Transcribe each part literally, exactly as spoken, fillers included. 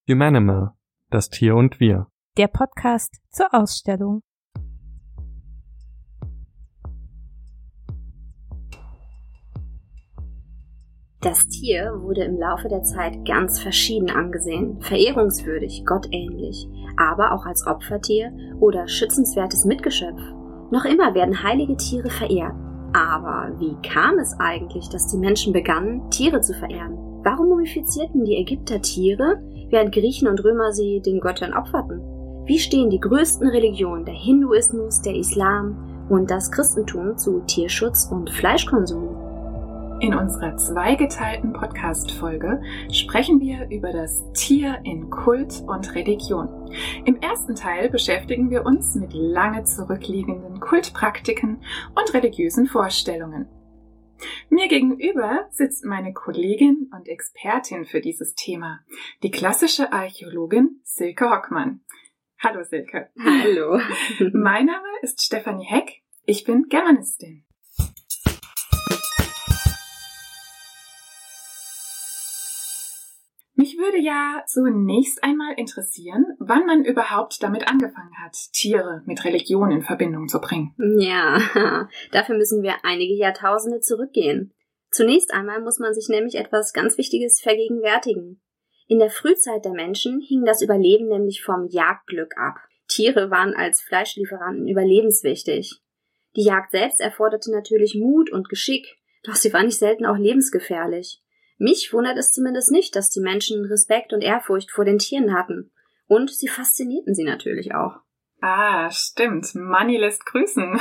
Humanimal, das Tier und wir. Der Podcast zur Ausstellung. Das Tier wurde im Laufe der Zeit ganz verschieden angesehen, verehrungswürdig, gottähnlich, aber auch als Opfertier oder schützenswertes Mitgeschöpf. Noch immer werden heilige Tiere verehrt. Aber wie kam es eigentlich, dass die Menschen begannen, Tiere zu verehren? Warum mumifizierten die Ägypter Tiere, während Griechen und Römer sie den Göttern opferten? Wie stehen die größten Religionen, der Hinduismus, der Islam und das Christentum, zu Tierschutz und Fleischkonsum? In unserer zweigeteilten Podcast-Folge sprechen wir über das Tier in Kult und Religion. Im ersten Teil beschäftigen wir uns mit lange zurückliegenden Kultpraktiken und religiösen Vorstellungen. Mir gegenüber sitzt meine Kollegin und Expertin für dieses Thema, die klassische Archäologin Silke Hockmann. Hallo Silke. Hallo. Mein Name ist Stefanie Heck, ich bin Germanistin. Mich würde ja zunächst einmal interessieren, wann man überhaupt damit angefangen hat, Tiere mit Religion in Verbindung zu bringen. Ja, dafür müssen wir einige Jahrtausende zurückgehen. Zunächst einmal muss man sich nämlich etwas ganz Wichtiges vergegenwärtigen. In der Frühzeit der Menschen hing das Überleben nämlich vom Jagdglück ab. Tiere waren als Fleischlieferanten überlebenswichtig. Die Jagd selbst erforderte natürlich Mut und Geschick, doch sie war nicht selten auch lebensgefährlich. Mich wundert es zumindest nicht, dass die Menschen Respekt und Ehrfurcht vor den Tieren hatten. Und sie faszinierten sie natürlich auch. Ah, stimmt. Manni lässt grüßen.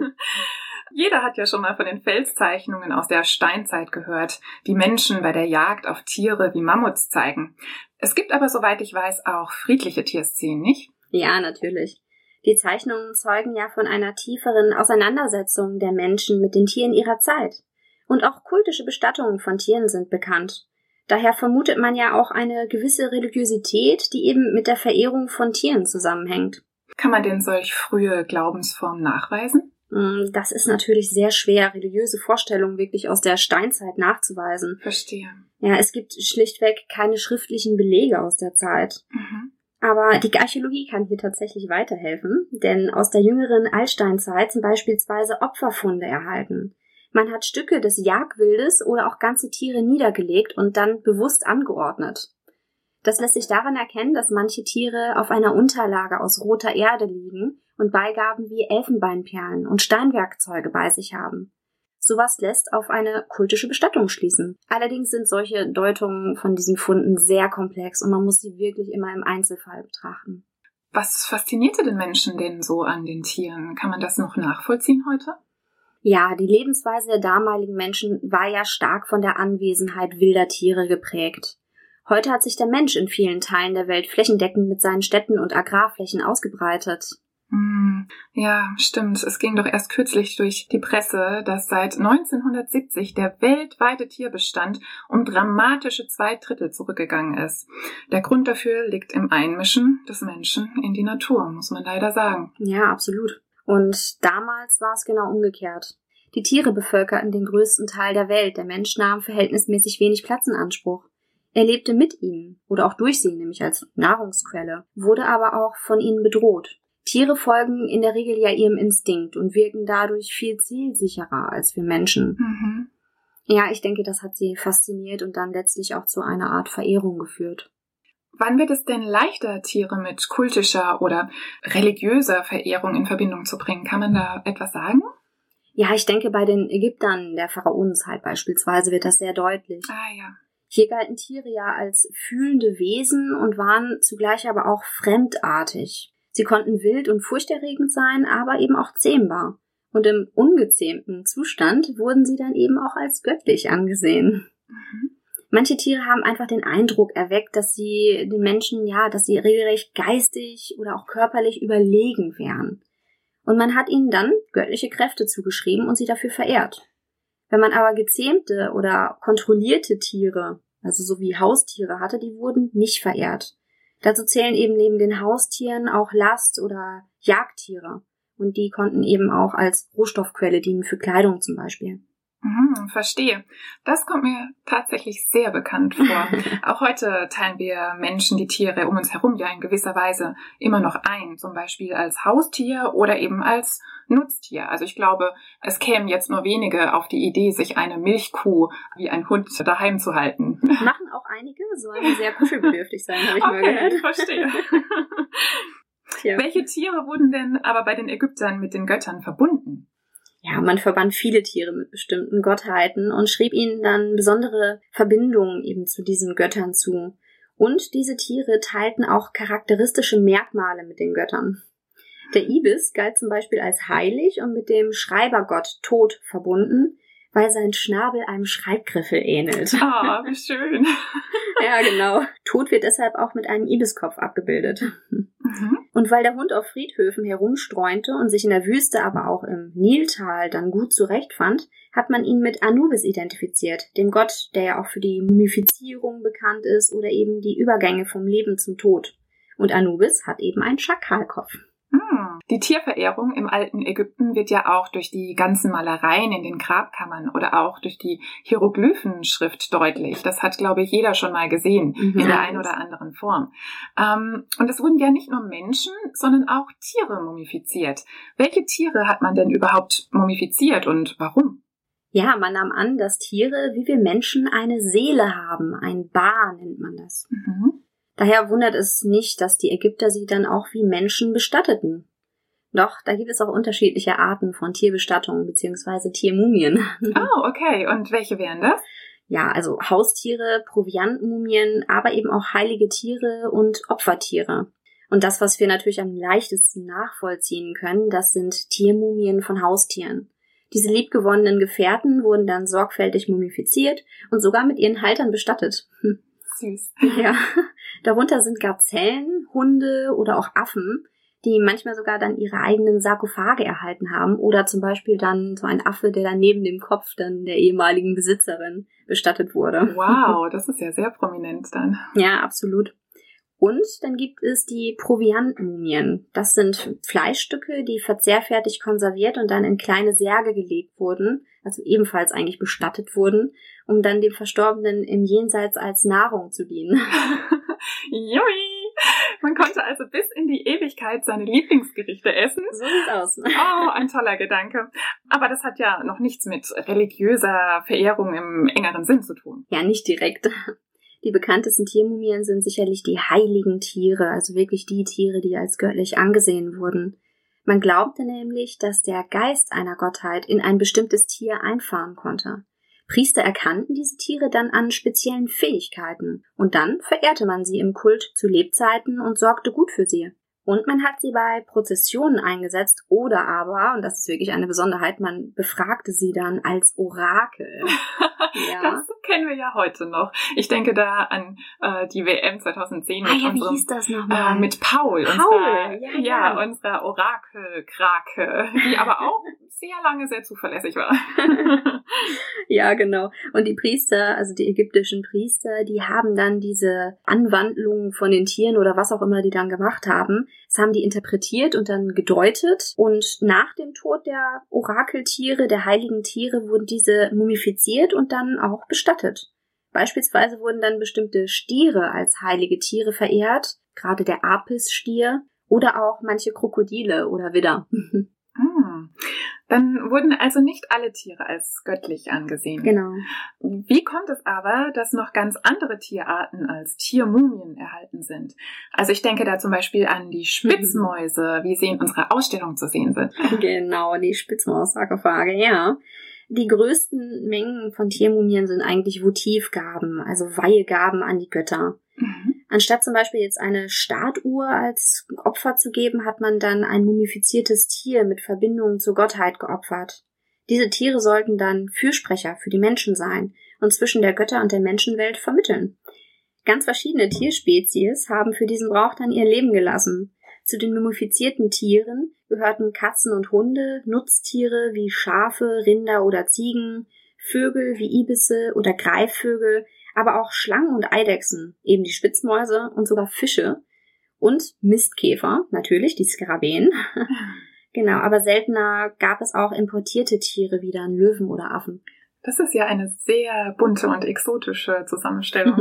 Jeder hat ja schon mal von den Felszeichnungen aus der Steinzeit gehört, die Menschen bei der Jagd auf Tiere wie Mammuts zeigen. Es gibt aber, soweit ich weiß, auch friedliche Tierszenen, nicht? Ja, natürlich. Die Zeichnungen zeugen ja von einer tieferen Auseinandersetzung der Menschen mit den Tieren ihrer Zeit. Und auch kultische Bestattungen von Tieren sind bekannt. Daher vermutet man ja auch eine gewisse Religiosität, die eben mit der Verehrung von Tieren zusammenhängt. Kann man denn solch frühe Glaubensformen nachweisen? Das ist natürlich sehr schwer, religiöse Vorstellungen wirklich aus der Steinzeit nachzuweisen. Verstehe. Ja, es gibt schlichtweg keine schriftlichen Belege aus der Zeit. Mhm. Aber die Archäologie kann hier tatsächlich weiterhelfen, denn aus der jüngeren Altsteinzeit sind beispielsweise Opferfunde erhalten. Man hat Stücke des Jagdwildes oder auch ganze Tiere niedergelegt und dann bewusst angeordnet. Das lässt sich daran erkennen, dass manche Tiere auf einer Unterlage aus roter Erde liegen und Beigaben wie Elfenbeinperlen und Steinwerkzeuge bei sich haben. Sowas lässt auf eine kultische Bestattung schließen. Allerdings sind solche Deutungen von diesen Funden sehr komplex und man muss sie wirklich immer im Einzelfall betrachten. Was faszinierte den Menschen denn so an den Tieren? Kann man das noch nachvollziehen heute? Ja, die Lebensweise der damaligen Menschen war ja stark von der Anwesenheit wilder Tiere geprägt. Heute hat sich der Mensch in vielen Teilen der Welt flächendeckend mit seinen Städten und Agrarflächen ausgebreitet. Hm, ja, stimmt. Es ging doch erst kürzlich durch die Presse, dass seit neunzehnhundertsiebzig der weltweite Tierbestand um dramatische zwei Drittel zurückgegangen ist. Der Grund dafür liegt im Einmischen des Menschen in die Natur, muss man leider sagen. Ja, absolut. Und damals war es genau umgekehrt. Die Tiere bevölkerten den größten Teil der Welt, der Mensch nahm verhältnismäßig wenig Platz in Anspruch. Er lebte mit ihnen oder auch durch sie, nämlich als Nahrungsquelle, wurde aber auch von ihnen bedroht. Tiere folgen in der Regel ja ihrem Instinkt und wirken dadurch viel zielsicherer als wir Menschen. Mhm. Ja, ich denke, das hat sie fasziniert und dann letztlich auch zu einer Art Verehrung geführt. Wann wird es denn leichter, Tiere mit kultischer oder religiöser Verehrung in Verbindung zu bringen? Kann man da etwas sagen? Ja, ich denke, bei den Ägyptern der Pharaonenzeit beispielsweise wird das sehr deutlich. Ah ja. Hier galten Tiere ja als fühlende Wesen und waren zugleich aber auch fremdartig. Sie konnten wild und furchterregend sein, aber eben auch zähmbar. Und im ungezähmten Zustand wurden sie dann eben auch als göttlich angesehen. Mhm. Manche Tiere haben einfach den Eindruck erweckt, dass sie den Menschen, ja, dass sie regelrecht geistig oder auch körperlich überlegen wären. Und man hat ihnen dann göttliche Kräfte zugeschrieben und sie dafür verehrt. Wenn man aber gezähmte oder kontrollierte Tiere, also so wie Haustiere hatte, die wurden nicht verehrt. Dazu zählen eben neben den Haustieren auch Last- oder Jagdtiere. Und die konnten eben auch als Rohstoffquelle dienen für Kleidung zum Beispiel. Mhm, verstehe. Das kommt mir tatsächlich sehr bekannt vor. Auch heute teilen wir Menschen die Tiere um uns herum ja in gewisser Weise immer noch ein, zum Beispiel als Haustier oder eben als Nutztier. Also ich glaube, es kämen jetzt nur wenige auf die Idee, sich eine Milchkuh wie ein Hund daheim zu halten. Machen auch einige, sollen sehr kuschelbedürftig sein, habe ich okay, mal gehört. Ich verstehe. Tja. Welche Tiere wurden denn aber bei den Ägyptern mit den Göttern verbunden? Ja, man verband viele Tiere mit bestimmten Gottheiten und schrieb ihnen dann besondere Verbindungen eben zu diesen Göttern zu. Und diese Tiere teilten auch charakteristische Merkmale mit den Göttern. Der Ibis galt zum Beispiel als heilig und mit dem Schreibergott Tod verbunden, weil sein Schnabel einem Schreibgriffel ähnelt. Ah, wie schön. Ja, genau. Tod wird deshalb auch mit einem Ibiskopf abgebildet. Mhm. Und weil der Hund auf Friedhöfen herumstreunte und sich in der Wüste, aber auch im Niltal dann gut zurechtfand, hat man ihn mit Anubis identifiziert, dem Gott, der ja auch für die Mumifizierung bekannt ist oder eben die Übergänge vom Leben zum Tod. Und Anubis hat eben einen Schakalkopf. Hm. Die Tierverehrung im alten Ägypten wird ja auch durch die ganzen Malereien in den Grabkammern oder auch durch die Hieroglyphenschrift deutlich. Das hat, glaube ich, jeder schon mal gesehen, Mhm. in der einen oder anderen Form. Ähm, und es wurden ja nicht nur Menschen, sondern auch Tiere mumifiziert. Welche Tiere hat man denn überhaupt mumifiziert und warum? Ja, man nahm an, dass Tiere, wie wir Menschen, eine Seele haben. Ein Ba nennt man das. Mhm. Daher wundert es nicht, dass die Ägypter sie dann auch wie Menschen bestatteten. Doch, da gibt es auch unterschiedliche Arten von Tierbestattungen bzw. Tiermumien. Oh, okay. Und welche wären das? Ja, also Haustiere, Proviantmumien, aber eben auch heilige Tiere und Opfertiere. Und das, was wir natürlich am leichtesten nachvollziehen können, das sind Tiermumien von Haustieren. Diese liebgewonnenen Gefährten wurden dann sorgfältig mumifiziert und sogar mit ihren Haltern bestattet. Süß. Ja, darunter sind Gazellen, Hunde oder auch Affen, die manchmal sogar dann ihre eigenen Sarkophage erhalten haben oder zum Beispiel dann so ein Affe, der dann neben dem Kopf dann der ehemaligen Besitzerin bestattet wurde. Wow, das ist ja sehr prominent dann. Ja, absolut. Und dann gibt es die Proviantmumien. Das sind Fleischstücke, die verzehrfertig konserviert und dann in kleine Särge gelegt wurden, also ebenfalls eigentlich bestattet wurden, um dann dem Verstorbenen im Jenseits als Nahrung zu dienen. Jui! Man konnte also bis in die Ewigkeit seine Lieblingsgerichte essen. So sieht's aus. Oh, ein toller Gedanke. Aber das hat ja noch nichts mit religiöser Verehrung im engeren Sinn zu tun. Ja, nicht direkt. Die bekanntesten Tiermumien sind sicherlich die heiligen Tiere, also wirklich die Tiere, die als göttlich angesehen wurden. Man glaubte nämlich, dass der Geist einer Gottheit in ein bestimmtes Tier einfahren konnte. Priester erkannten diese Tiere dann an speziellen Fähigkeiten und dann verehrte man sie im Kult zu Lebzeiten und sorgte gut für sie. Und man hat sie bei Prozessionen eingesetzt oder aber, und das ist wirklich eine Besonderheit, man befragte sie dann als Orakel. Ja. Das kennen wir ja heute noch. Ich denke da an äh, die W M zweitausendzehn Ah mit ja, wie unserem, hieß das nochmal? äh, mit Paul, Paul, unserer, ja, ja, ja. unserer Orakelkrake, die aber auch sehr lange sehr zuverlässig war. Ja, genau. Und die Priester, also die ägyptischen Priester, die haben dann diese Anwandlungen von den Tieren oder was auch immer die dann gemacht haben, das haben die interpretiert und dann gedeutet. Und nach dem Tod der Orakeltiere, der heiligen Tiere, wurden diese mumifiziert und dann auch bestattet. Beispielsweise wurden dann bestimmte Stiere als heilige Tiere verehrt, gerade der Apis-Stier oder auch manche Krokodile oder Widder. Hm. Dann wurden also nicht alle Tiere als göttlich angesehen. Genau. Wie kommt es aber, dass noch ganz andere Tierarten als Tiermumien erhalten sind? Also ich denke da zum Beispiel an die Spitzmäuse, wie sie in unserer Ausstellung zu sehen sind. Genau, die Spitzmaus-Sarkophage, ja. Die größten Mengen von Tiermumien sind eigentlich Votivgaben, also Weihegaben an die Götter. Mhm. Anstatt zum Beispiel jetzt eine Statue als Opfer zu geben, hat man dann ein mumifiziertes Tier mit Verbindung zur Gottheit geopfert. Diese Tiere sollten dann Fürsprecher für die Menschen sein und zwischen der Götter- und der Menschenwelt vermitteln. Ganz verschiedene Tierspezies haben für diesen Brauch dann ihr Leben gelassen. Zu den mumifizierten Tieren gehörten Katzen und Hunde, Nutztiere wie Schafe, Rinder oder Ziegen, Vögel wie Ibisse oder Greifvögel, aber auch Schlangen und Eidechsen, eben die Spitzmäuse und sogar Fische und Mistkäfer, natürlich, die Skarabäen. Genau, aber seltener gab es auch importierte Tiere wie dann Löwen oder Affen. Das ist ja eine sehr bunte und exotische Zusammenstellung.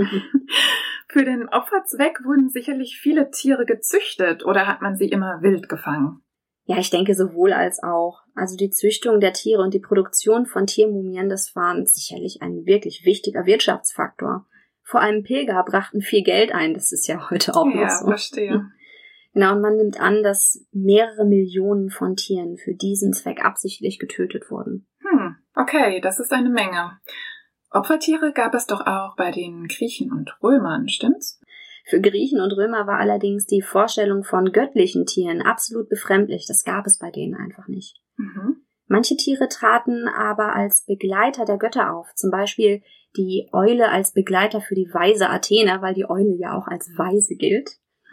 Für den Opferzweck wurden sicherlich viele Tiere gezüchtet oder hat man sie immer wild gefangen? Ja, ich denke sowohl als auch. Also die Züchtung der Tiere und die Produktion von Tiermumien, das waren sicherlich ein wirklich wichtiger Wirtschaftsfaktor. Vor allem Pilger brachten viel Geld ein, das ist ja heute auch ja, noch so. Ja, verstehe. Genau, und man nimmt an, dass mehrere Millionen von Tieren für diesen Zweck absichtlich getötet wurden. Hm, okay, das ist eine Menge. Opfertiere gab es doch auch bei den Griechen und Römern, stimmt's? Für Griechen und Römer war allerdings die Vorstellung von göttlichen Tieren absolut befremdlich. Das gab es bei denen einfach nicht. Mhm. Manche Tiere traten aber als Begleiter der Götter auf. Zum Beispiel die Eule als Begleiter für die weise Athena, weil die Eule ja auch als weise gilt.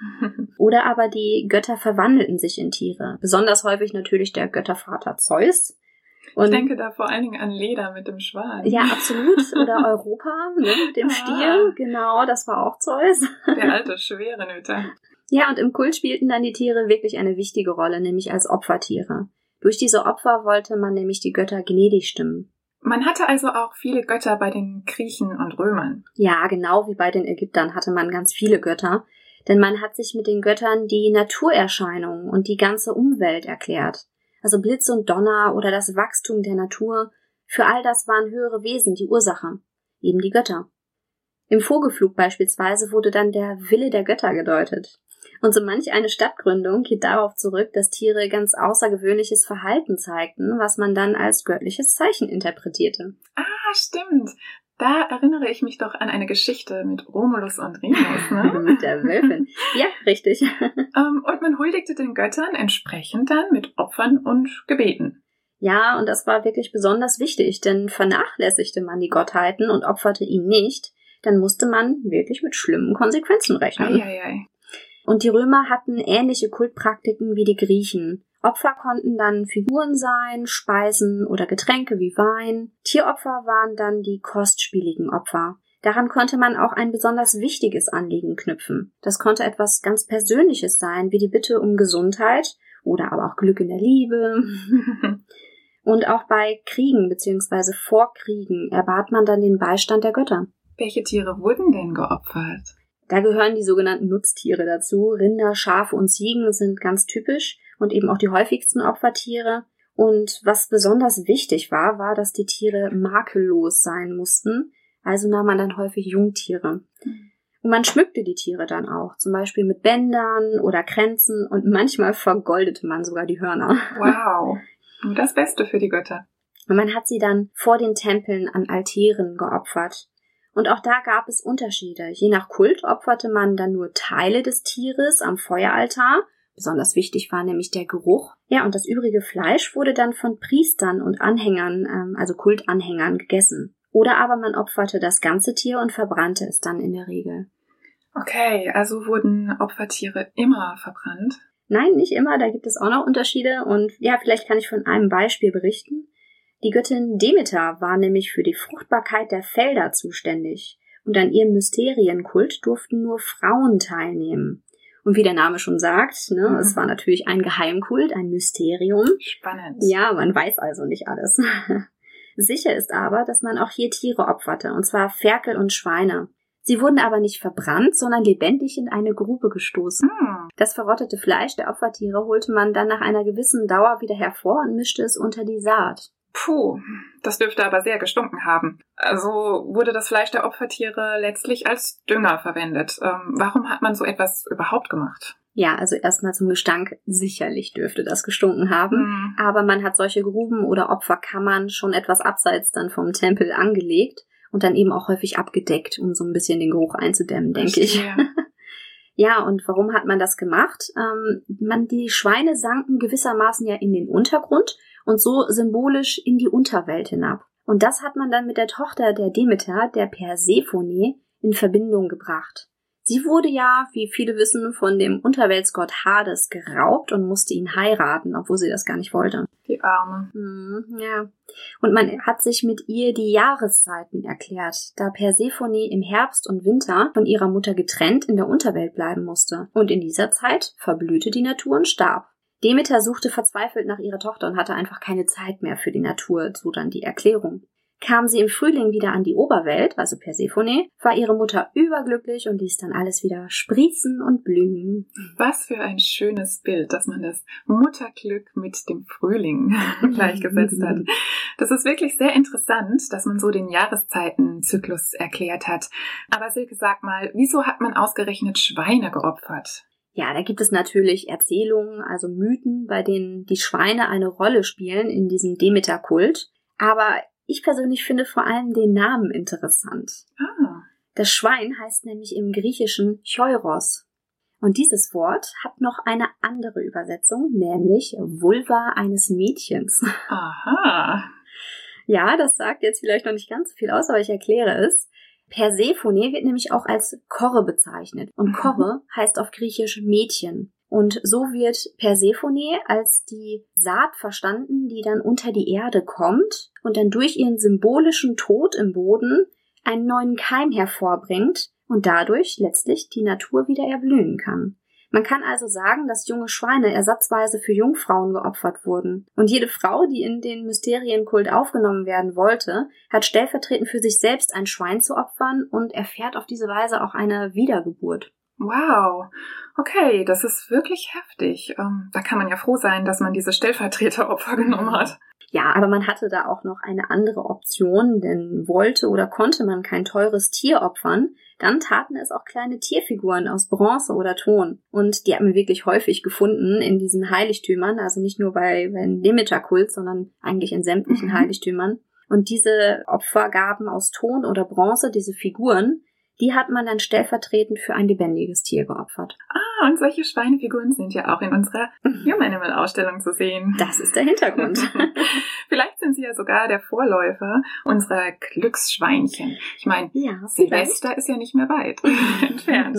Oder aber die Götter verwandelten sich in Tiere. Besonders häufig natürlich der Göttervater Zeus. Und ich denke da vor allen Dingen an Leda mit dem Schwan. Ja, absolut. Oder Europa, ne, mit dem Ah. Stier. Genau, das war auch Zeus. Der alte Schwerenöter. Ja, und im Kult spielten dann die Tiere wirklich eine wichtige Rolle, nämlich als Opfertiere. Durch diese Opfer wollte man nämlich die Götter gnädig stimmen. Man hatte also auch viele Götter bei den Griechen und Römern. Ja, genau wie bei den Ägyptern hatte man ganz viele Götter. Denn man hat sich mit den Göttern die Naturerscheinungen und die ganze Umwelt erklärt. Also Blitz und Donner oder das Wachstum der Natur, für all das waren höhere Wesen die Ursache, eben die Götter. Im Vogelflug beispielsweise wurde dann der Wille der Götter gedeutet. Und so manch eine Stadtgründung geht darauf zurück, dass Tiere ganz außergewöhnliches Verhalten zeigten, was man dann als göttliches Zeichen interpretierte. Ah, stimmt. Da erinnere ich mich doch an eine Geschichte mit Romulus und Remus, ne? Mit der Wölfin. Ja, richtig. ähm, und man huldigte den Göttern entsprechend dann mit Opfern und Gebeten. Ja, und das war wirklich besonders wichtig, denn vernachlässigte man die Gottheiten und opferte ihnen nicht, dann musste man wirklich mit schlimmen Konsequenzen rechnen. Eieiei. Und die Römer hatten ähnliche Kultpraktiken wie die Griechen. Opfer konnten dann Figuren sein, Speisen oder Getränke wie Wein. Tieropfer waren dann die kostspieligen Opfer. Daran konnte man auch ein besonders wichtiges Anliegen knüpfen. Das konnte etwas ganz Persönliches sein, wie die Bitte um Gesundheit oder aber auch Glück in der Liebe. Und auch bei Kriegen bzw. vor Kriegen erbat man dann den Beistand der Götter. Welche Tiere wurden denn geopfert? Da gehören die sogenannten Nutztiere dazu. Rinder, Schafe und Ziegen sind ganz typisch und eben auch die häufigsten Opfertiere. Und was besonders wichtig war, war, dass die Tiere makellos sein mussten. Also nahm man dann häufig Jungtiere. Und man schmückte die Tiere dann auch, zum Beispiel mit Bändern oder Kränzen und manchmal vergoldete man sogar die Hörner. Wow, nur das Beste für die Götter. Und man hat sie dann vor den Tempeln an Altären geopfert. Und auch da gab es Unterschiede. Je nach Kult opferte man dann nur Teile des Tieres am Feueraltar. Besonders wichtig war nämlich der Geruch. Ja, und das übrige Fleisch wurde dann von Priestern und Anhängern, ähm, also Kultanhängern, gegessen. Oder aber man opferte das ganze Tier und verbrannte es dann in der Regel. Okay, also wurden Opfertiere immer verbrannt? Nein, nicht immer, da gibt es auch noch Unterschiede. Und ja, vielleicht kann ich von einem Beispiel berichten. Die Göttin Demeter war nämlich für die Fruchtbarkeit der Felder zuständig. Und an ihrem Mysterienkult durften nur Frauen teilnehmen. Und wie der Name schon sagt, ne, mhm. es war natürlich ein Geheimkult, ein Mysterium. Spannend. Ja, man weiß also nicht alles. Sicher ist aber, dass man auch hier Tiere opferte, und zwar Ferkel und Schweine. Sie wurden aber nicht verbrannt, sondern lebendig in eine Grube gestoßen. Mhm. Das verrottete Fleisch der Opfertiere holte man dann nach einer gewissen Dauer wieder hervor und mischte es unter die Saat. Puh, das dürfte aber sehr gestunken haben. Also wurde das Fleisch der Opfertiere letztlich als Dünger verwendet. Ähm, warum hat man so etwas überhaupt gemacht? Ja, also erstmal zum Gestank. Sicherlich dürfte das gestunken haben. Mhm. Aber man hat solche Gruben oder Opferkammern schon etwas abseits dann vom Tempel angelegt und dann eben auch häufig abgedeckt, um so ein bisschen den Geruch einzudämmen, denke ich. Ja, und warum hat man das gemacht? Ähm, man, die Schweine sanken gewissermaßen ja in den Untergrund und so symbolisch in die Unterwelt hinab. Und das hat man dann mit der Tochter der Demeter, der Persephone, in Verbindung gebracht. Sie wurde ja, wie viele wissen, von dem Unterweltsgott Hades geraubt und musste ihn heiraten, obwohl sie das gar nicht wollte. Die Arme. Hm, ja. Und man hat sich mit ihr die Jahreszeiten erklärt, da Persephone im Herbst und Winter von ihrer Mutter getrennt in der Unterwelt bleiben musste. Und in dieser Zeit verblühte die Natur und starb. Demeter suchte verzweifelt nach ihrer Tochter und hatte einfach keine Zeit mehr für die Natur, so dann die Erklärung. Kam sie im Frühling wieder an die Oberwelt, also Persephone, war ihre Mutter überglücklich und ließ dann alles wieder sprießen und blühen. Was für ein schönes Bild, dass man das Mutterglück mit dem Frühling gleichgesetzt hat. Das ist wirklich sehr interessant, dass man so den Jahreszeitenzyklus erklärt hat. Aber Silke, sag mal, wieso hat man ausgerechnet Schweine geopfert? Ja, da gibt es natürlich Erzählungen, also Mythen, bei denen die Schweine eine Rolle spielen in diesem Demeter-Kult. Aber ich persönlich finde vor allem den Namen interessant. Ah. Das Schwein heißt nämlich im Griechischen Choiros. Und dieses Wort hat noch eine andere Übersetzung, nämlich Vulva eines Mädchens. Aha. Ja, das sagt jetzt vielleicht noch nicht ganz so viel aus, aber ich erkläre es. Persephone wird nämlich auch als Korre bezeichnet. Und Korre heißt auf Griechisch Mädchen. Und so wird Persephone als die Saat verstanden, die dann unter die Erde kommt und dann durch ihren symbolischen Tod im Boden einen neuen Keim hervorbringt und dadurch letztlich die Natur wieder erblühen kann. Man kann also sagen, dass junge Schweine ersatzweise für Jungfrauen geopfert wurden. Und jede Frau, die in den Mysterienkult aufgenommen werden wollte, hat stellvertretend für sich selbst ein Schwein zu opfern und erfährt auf diese Weise auch eine Wiedergeburt. Wow, okay, das ist wirklich heftig. Ähm, da kann man ja froh sein, dass man diese Stellvertreteropfer genommen hat. Ja, aber man hatte da auch noch eine andere Option, denn wollte oder konnte man kein teures Tier opfern, dann taten es auch kleine Tierfiguren aus Bronze oder Ton. Und die hat man wirklich häufig gefunden in diesen Heiligtümern, also nicht nur bei, beim Demeter-Kult, sondern eigentlich in sämtlichen mhm. Heiligtümern. Und diese Opfergaben aus Ton oder Bronze, diese Figuren, die hat man dann stellvertretend für ein lebendiges Tier geopfert. Ah, und solche Schweinefiguren sind ja auch in unserer Human Animal Ausstellung zu sehen. Das ist der Hintergrund. Vielleicht sind sie ja sogar der Vorläufer unserer Glücksschweinchen. Ich meine, ja, Silvester ist ja nicht mehr weit entfernt.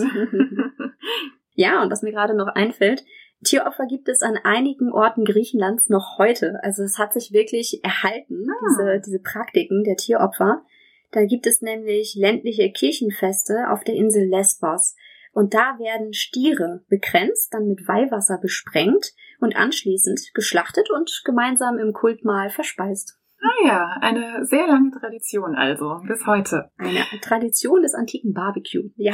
Ja, und was mir gerade noch einfällt, Tieropfer gibt es an einigen Orten Griechenlands noch heute. Also es hat sich wirklich erhalten, ah. diese, diese Praktiken der Tieropfer. Da gibt es nämlich ländliche Kirchenfeste auf der Insel Lesbos. Und da werden Stiere bekränzt, dann mit Weihwasser besprengt und anschließend geschlachtet und gemeinsam im Kultmahl verspeist. Ah ja, eine sehr lange Tradition also, bis heute. Eine Tradition des antiken Barbecue, ja.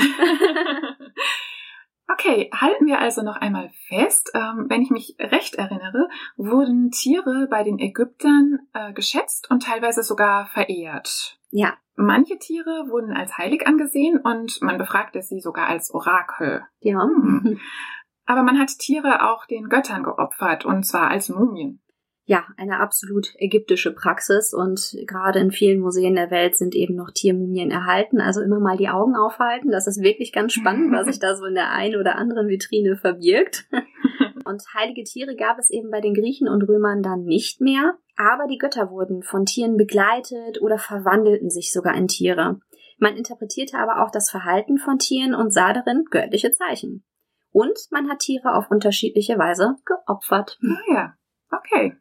Okay, halten wir also noch einmal fest, ähm, wenn ich mich recht erinnere, wurden Tiere bei den Ägyptern äh, geschätzt und teilweise sogar verehrt. Ja. Manche Tiere wurden als heilig angesehen und man befragte sie sogar als Orakel. Ja. Hm. Aber man hat Tiere auch den Göttern geopfert, und zwar als Mumien. Ja, eine absolut ägyptische Praxis, und gerade in vielen Museen der Welt sind eben noch Tiermumien erhalten. Also immer mal die Augen aufhalten. Das ist wirklich ganz spannend, was sich da so in der einen oder anderen Vitrine verbirgt. Und heilige Tiere gab es eben bei den Griechen und Römern dann nicht mehr. Aber die Götter wurden von Tieren begleitet oder verwandelten sich sogar in Tiere. Man interpretierte aber auch das Verhalten von Tieren und sah darin göttliche Zeichen. Und man hat Tiere auf unterschiedliche Weise geopfert. Ah ja, okay.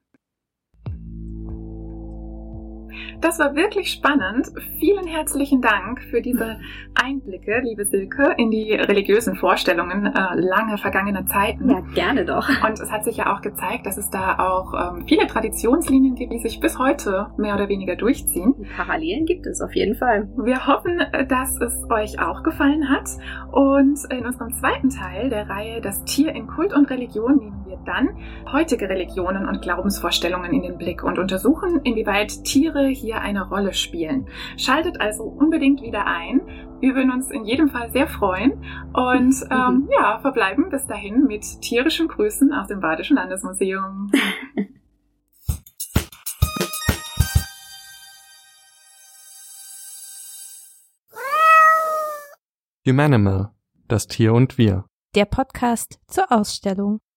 Das war wirklich spannend. Vielen herzlichen Dank für diese Einblicke, liebe Silke, in die religiösen Vorstellungen äh, lange vergangener Zeiten. Ja, gerne doch. Und es hat sich ja auch gezeigt, dass es da auch ähm, viele Traditionslinien gibt, die sich bis heute mehr oder weniger durchziehen. Parallelen gibt es auf jeden Fall. Wir hoffen, dass es euch auch gefallen hat. Und in unserem zweiten Teil der Reihe Das Tier in Kult und Religion nehmen wir dann heutige Religionen und Glaubensvorstellungen in den Blick und untersuchen, inwieweit Tiere hier eine Rolle spielen. Schaltet also unbedingt wieder ein. Wir würden uns in jedem Fall sehr freuen und ähm, ja, verbleiben bis dahin mit tierischen Grüßen aus dem Badischen Landesmuseum. Humanimal, das Tier und wir. Der Podcast zur Ausstellung.